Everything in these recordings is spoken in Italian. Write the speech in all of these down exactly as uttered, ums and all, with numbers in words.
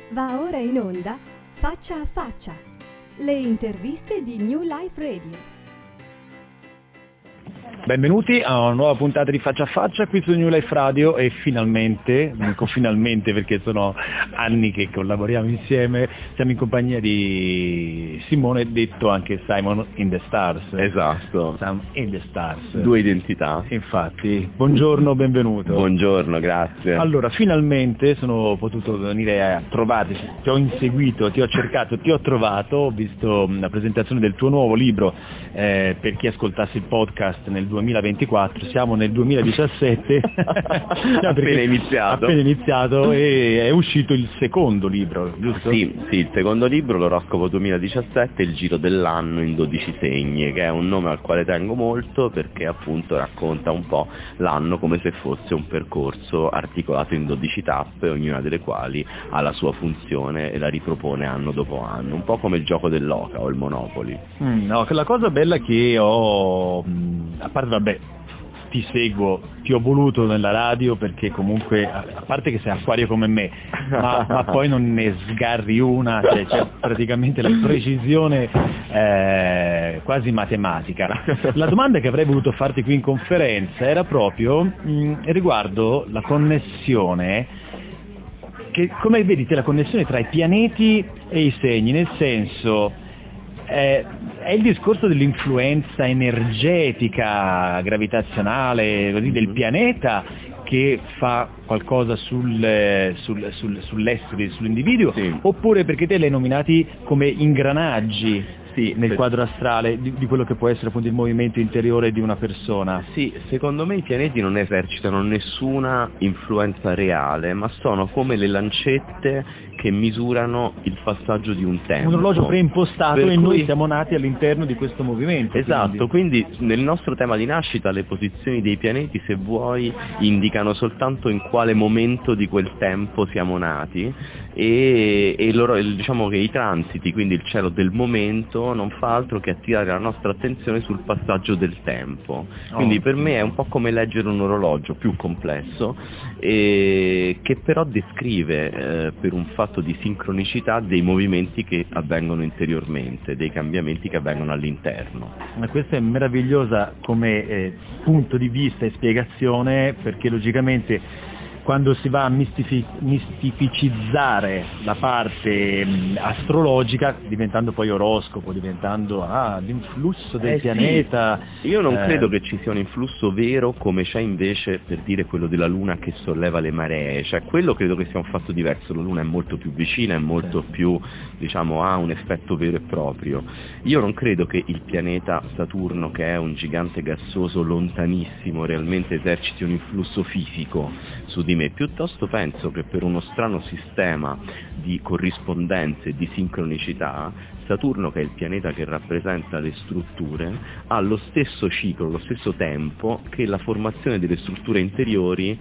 Va ora in onda Faccia a Faccia, le interviste di New Life Radio. Benvenuti a una nuova puntata di Faccia a Faccia qui su New Life Radio e finalmente, dico finalmente perché sono anni che collaboriamo insieme, siamo in compagnia di Simone, detto anche Simon in the Stars. Esatto. Sam in the Stars. Due identità. Infatti, buongiorno, benvenuto. Buongiorno, grazie. Allora, finalmente sono potuto venire a trovarti, ti ho inseguito, ti ho cercato, ti ho trovato, ho visto la presentazione del tuo nuovo libro, eh, per chi ascoltasse il podcast nel duemilaventiquattro, siamo nel duemiladiciassette, appena iniziato. appena iniziato e è uscito il secondo libro, giusto? Sì, sì, il secondo libro, l'Oroscopo duemiladiciassette, il giro dell'anno in dodici segni, che è un nome al quale tengo molto perché appunto racconta un po' l'anno come se fosse un percorso articolato in dodici tappe, ognuna delle quali ha la sua funzione e la ripropone anno dopo anno, un po' come il gioco dell'oca o il Monopoli. Mm, no, la cosa bella che ho, a parte vabbè, ti seguo, ti ho voluto nella radio perché comunque, a parte che sei acquario come me, ma, ma poi non ne sgarri una, cioè c'è praticamente la precisione eh, quasi matematica. La domanda che avrei voluto farti qui in conferenza era proprio mh, riguardo la connessione, che come vedi te la connessione tra i pianeti e i segni, nel senso Eh, è il discorso dell'influenza energetica, gravitazionale, così, del pianeta che fa qualcosa sul, sul, sul, sull'essere, sull'individuo, sì. Oppure perché te li hai nominati come ingranaggi? Sì, nel per... quadro astrale di, di quello che può essere appunto il movimento interiore di una persona. Sì, secondo me i pianeti non esercitano nessuna influenza reale, ma sono come le lancette che misurano il passaggio di un tempo. Un orologio preimpostato per e cui... noi siamo nati all'interno di questo movimento. Esatto, quindi. quindi nel nostro tema di nascita le posizioni dei pianeti, se vuoi, indicano soltanto in quale momento di quel tempo siamo nati e, e loro, diciamo che i transiti, quindi il cielo del momento, non fa altro che attirare la nostra attenzione sul passaggio del tempo. Quindi oh. per me è un po' come leggere un orologio più complesso, e che però descrive eh, per un fatto di sincronicità dei movimenti che avvengono interiormente, dei cambiamenti che avvengono all'interno. Ma questa è meravigliosa come eh, punto di vista e spiegazione, perché logicamente quando si va a mistific- mistificizzare la parte mh, astrologica, diventando poi oroscopo, diventando ah, l'influsso del eh pianeta. Sì. Io non eh... credo che ci sia un influsso vero come c'è invece, per dire, quello della Luna che solleva le maree, cioè quello credo che sia un fatto diverso. La Luna è molto più vicina, è molto sì. più, diciamo, ha un effetto vero e proprio. Io non credo che il pianeta Saturno, che è un gigante gassoso lontanissimo, realmente eserciti un influsso fisico su di me, piuttosto penso che per uno strano sistema di corrispondenze e di sincronicità, Saturno, che è il pianeta che rappresenta le strutture, ha lo stesso ciclo, lo stesso tempo che la formazione delle strutture interiori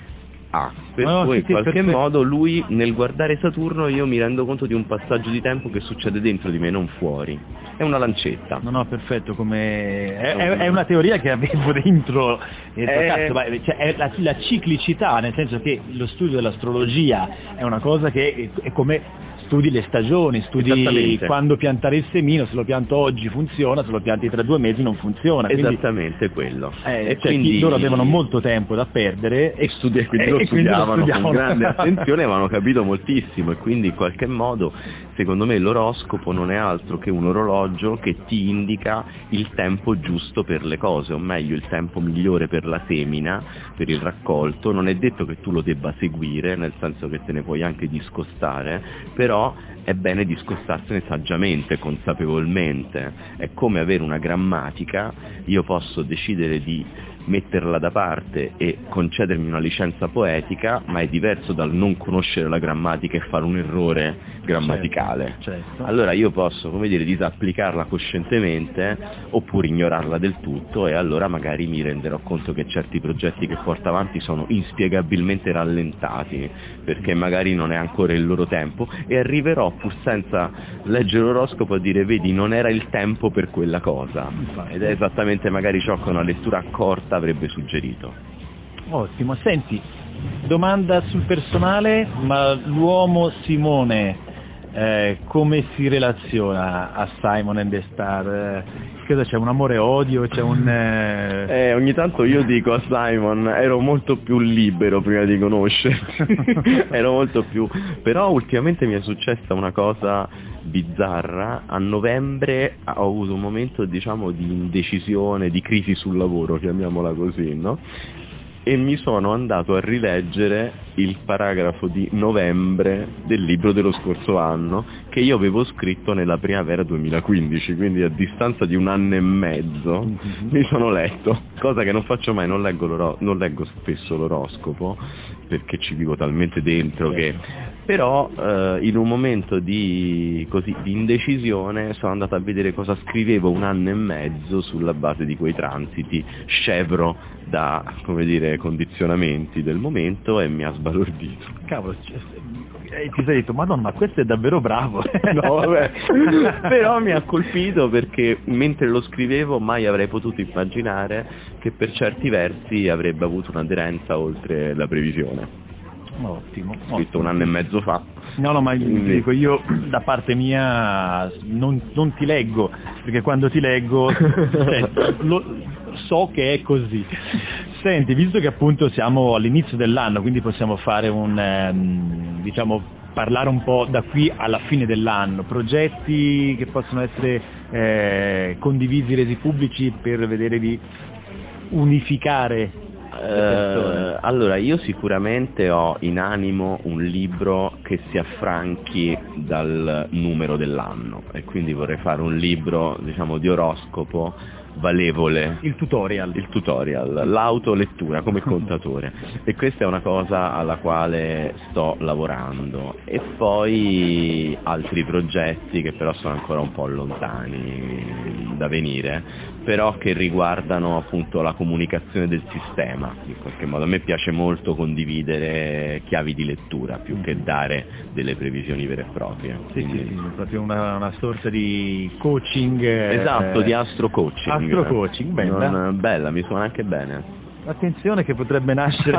ha, per no, cui sì, in qualche perfetto. modo lui, nel guardare Saturno, io mi rendo conto di un passaggio di tempo che succede dentro di me, non fuori. È una lancetta. No, no, perfetto, come è, è, è una teoria che avevo dentro, e è... cazzo, ma, cioè, è la, la ciclicità, nel senso che lo studio dell'astrologia è una cosa che è, è come studi le stagioni, studi quando piantare il semino, se lo pianto oggi funziona, se lo pianti tra due mesi non funziona. Quindi, esattamente quello. Eh, e cioè, quindi loro avevano molto tempo da perdere e, studi- quindi e, lo e quindi studiavano lo studiavano con grande attenzione, avevano capito moltissimo, e quindi in qualche modo, secondo me, l'oroscopo non è altro che un orologio che ti indica il tempo giusto per le cose, o meglio il tempo migliore per la semina, per il raccolto. Non è detto che tu lo debba seguire, nel senso che te ne puoi anche discostare, però è bene discostarsene saggiamente, consapevolmente. È come avere una grammatica. Io posso decidere di metterla da parte e concedermi una licenza poetica, ma è diverso dal non conoscere la grammatica e fare un errore grammaticale. Certo, certo. Allora io posso, come dire, disapplicarla coscientemente oppure ignorarla del tutto, e allora magari mi renderò conto che certi progetti che porto avanti sono inspiegabilmente rallentati, perché magari non è ancora il loro tempo, e arriverò pur senza leggere l'oroscopo a dire: vedi, non era il tempo per quella cosa. Ed è esattamente magari ciò che una lettura accorta avrebbe suggerito. Ottimo, senti, domanda sul personale, ma l'uomo Simone eh, come si relaziona a Simon and the Star? Eh, cosa c'è, un amore e odio? C'è un eh... Eh, ogni tanto io dico a Simon, ero molto più libero prima di conoscerti, ero molto più, però ultimamente mi è successa una cosa bizzarra. A novembre ho avuto un momento, diciamo, di indecisione, di crisi sul lavoro, chiamiamola così, no? E mi sono andato a rileggere il paragrafo di novembre del libro dello scorso anno che io avevo scritto nella primavera duemilaquindici, quindi a distanza di un anno e mezzo mm-hmm. mi sono letto, cosa che non faccio mai, non leggo, l'oro- non leggo spesso l'oroscopo perché ci vivo talmente dentro che però eh, in un momento di, così, di indecisione sono andato a vedere cosa scrivevo un anno e mezzo sulla base di quei transiti scevro da, come dire, condizionamenti del momento, e mi ha sbalordito. Cavolo, eh, ti sei detto, madonna, questo è davvero bravo. No, vabbè. Però mi ha colpito perché mentre lo scrivevo mai avrei potuto immaginare che per certi versi avrebbe avuto un'aderenza oltre la previsione. Ottimo, scritto ottimo. Un anno e mezzo fa. No, no, ma Quindi... ti dico, io da parte mia non, non ti leggo, perché quando ti leggo cioè, lo, so che è così. Senti, visto che appunto siamo all'inizio dell'anno, quindi possiamo fare un, ehm, diciamo, parlare un po' da qui alla fine dell'anno, progetti che possono essere eh, condivisi, resi pubblici per vedere di unificare. Uh, allora, io sicuramente ho in animo un libro che si affranchi dal numero dell'anno, e quindi vorrei fare un libro, diciamo, di oroscopo valevole, il tutorial il tutorial, l'autolettura come contatore, e questa è una cosa alla quale sto lavorando. E poi altri progetti che però sono ancora un po' lontani da venire, però che riguardano appunto la comunicazione del sistema. In qualche modo a me piace molto condividere chiavi di lettura più che dare delle previsioni vere e proprie. Sì, Quindi... sì, sì, proprio una, una sorta di coaching. Esatto, eh... di astro coaching. Astro coaching, bella. Non, bella, mi suona anche bene. Attenzione che potrebbe nascere.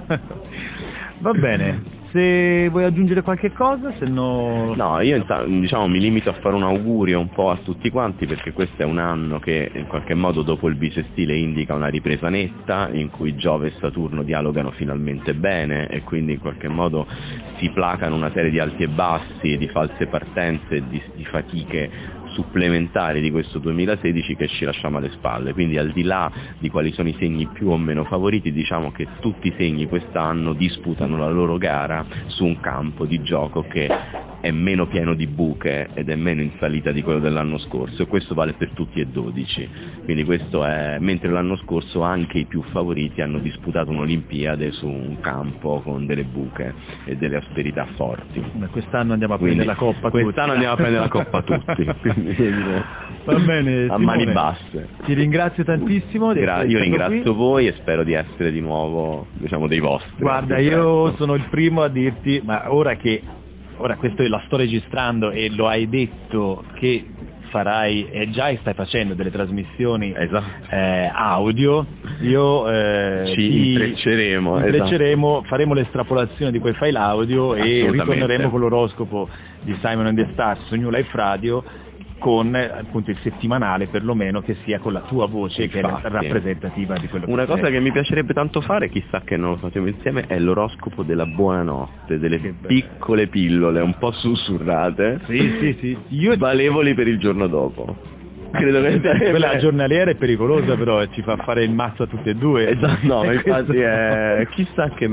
Va bene, se vuoi aggiungere qualche cosa, se no... No, io diciamo mi limito a fare un augurio un po' a tutti quanti, perché questo è un anno che in qualche modo dopo il bisestile indica una ripresa netta, in cui Giove e Saturno dialogano finalmente bene, e quindi in qualche modo si placano una serie di alti e bassi, di false partenze, di, di fatiche supplementari di questo duemilasedici che ci lasciamo alle spalle. Quindi al di là di quali sono i segni più o meno favoriti, diciamo che tutti i segni quest'anno disputano la loro gara su un campo di gioco che è meno pieno di buche ed è meno in salita di quello dell'anno scorso, e questo vale per tutti e dodici. Quindi questo è, mentre l'anno scorso anche i più favoriti hanno disputato un'Olimpiade su un campo con delle buche e delle asperità forti. Ma quest'anno andiamo a prendere la coppa quest'anno tutti. andiamo a prendere la coppa tutti. Quindi, va bene, a Simone, mani basse. Ti ringrazio tantissimo. Gra- io ringrazio qui. voi, e spero di essere di nuovo, diciamo, dei vostri. Guarda, io sono il primo a dirti, ma ora che ora questo la sto registrando e lo hai detto che farai, e già stai facendo delle trasmissioni esatto. eh, audio, io eh, ci intrecceremo, intrecceremo esatto. faremo l'estrapolazione di quei file audio e ritorneremo con l'oroscopo di Simon and the Stars su New Life Radio, con appunto il settimanale perlomeno, che sia con la tua voce. Infatti, che è rappresentativa di quello che una sei. Cosa che mi piacerebbe tanto fare, chissà che non lo facciamo insieme, è l'oroscopo della buonanotte, delle piccole pillole un po' sussurrate, sì sì sì io valevoli per il giorno dopo. Credo che sarebbe... quella giornaliera è pericolosa, però ci fa fare il mazzo a tutte e due. Esatto, no, infatti è... chissà che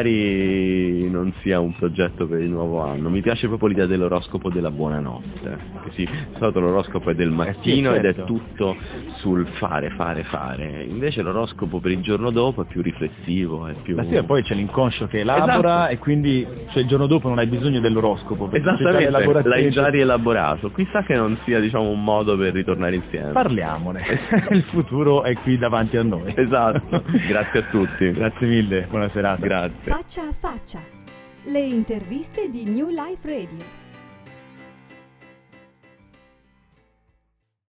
magari non sia un progetto per il nuovo anno. Mi piace proprio l'idea dell'oroscopo della buonanotte. Sì, di solito l'oroscopo è del mattino, eh sì, certo. ed è tutto sul fare, fare, fare. Invece l'oroscopo per il giorno dopo è più riflessivo, è più... Ma sì, e poi c'è l'inconscio che elabora, esatto. e quindi cioè, il giorno dopo non hai bisogno dell'oroscopo. Esattamente, l'hai già rielaborato. Chissà che non sia, diciamo, un modo per ritornare insieme. Parliamone. Il futuro è qui davanti a noi. Esatto. Grazie a tutti. Grazie mille, buona serata. Grazie. Faccia a faccia. Le interviste di New Life Radio.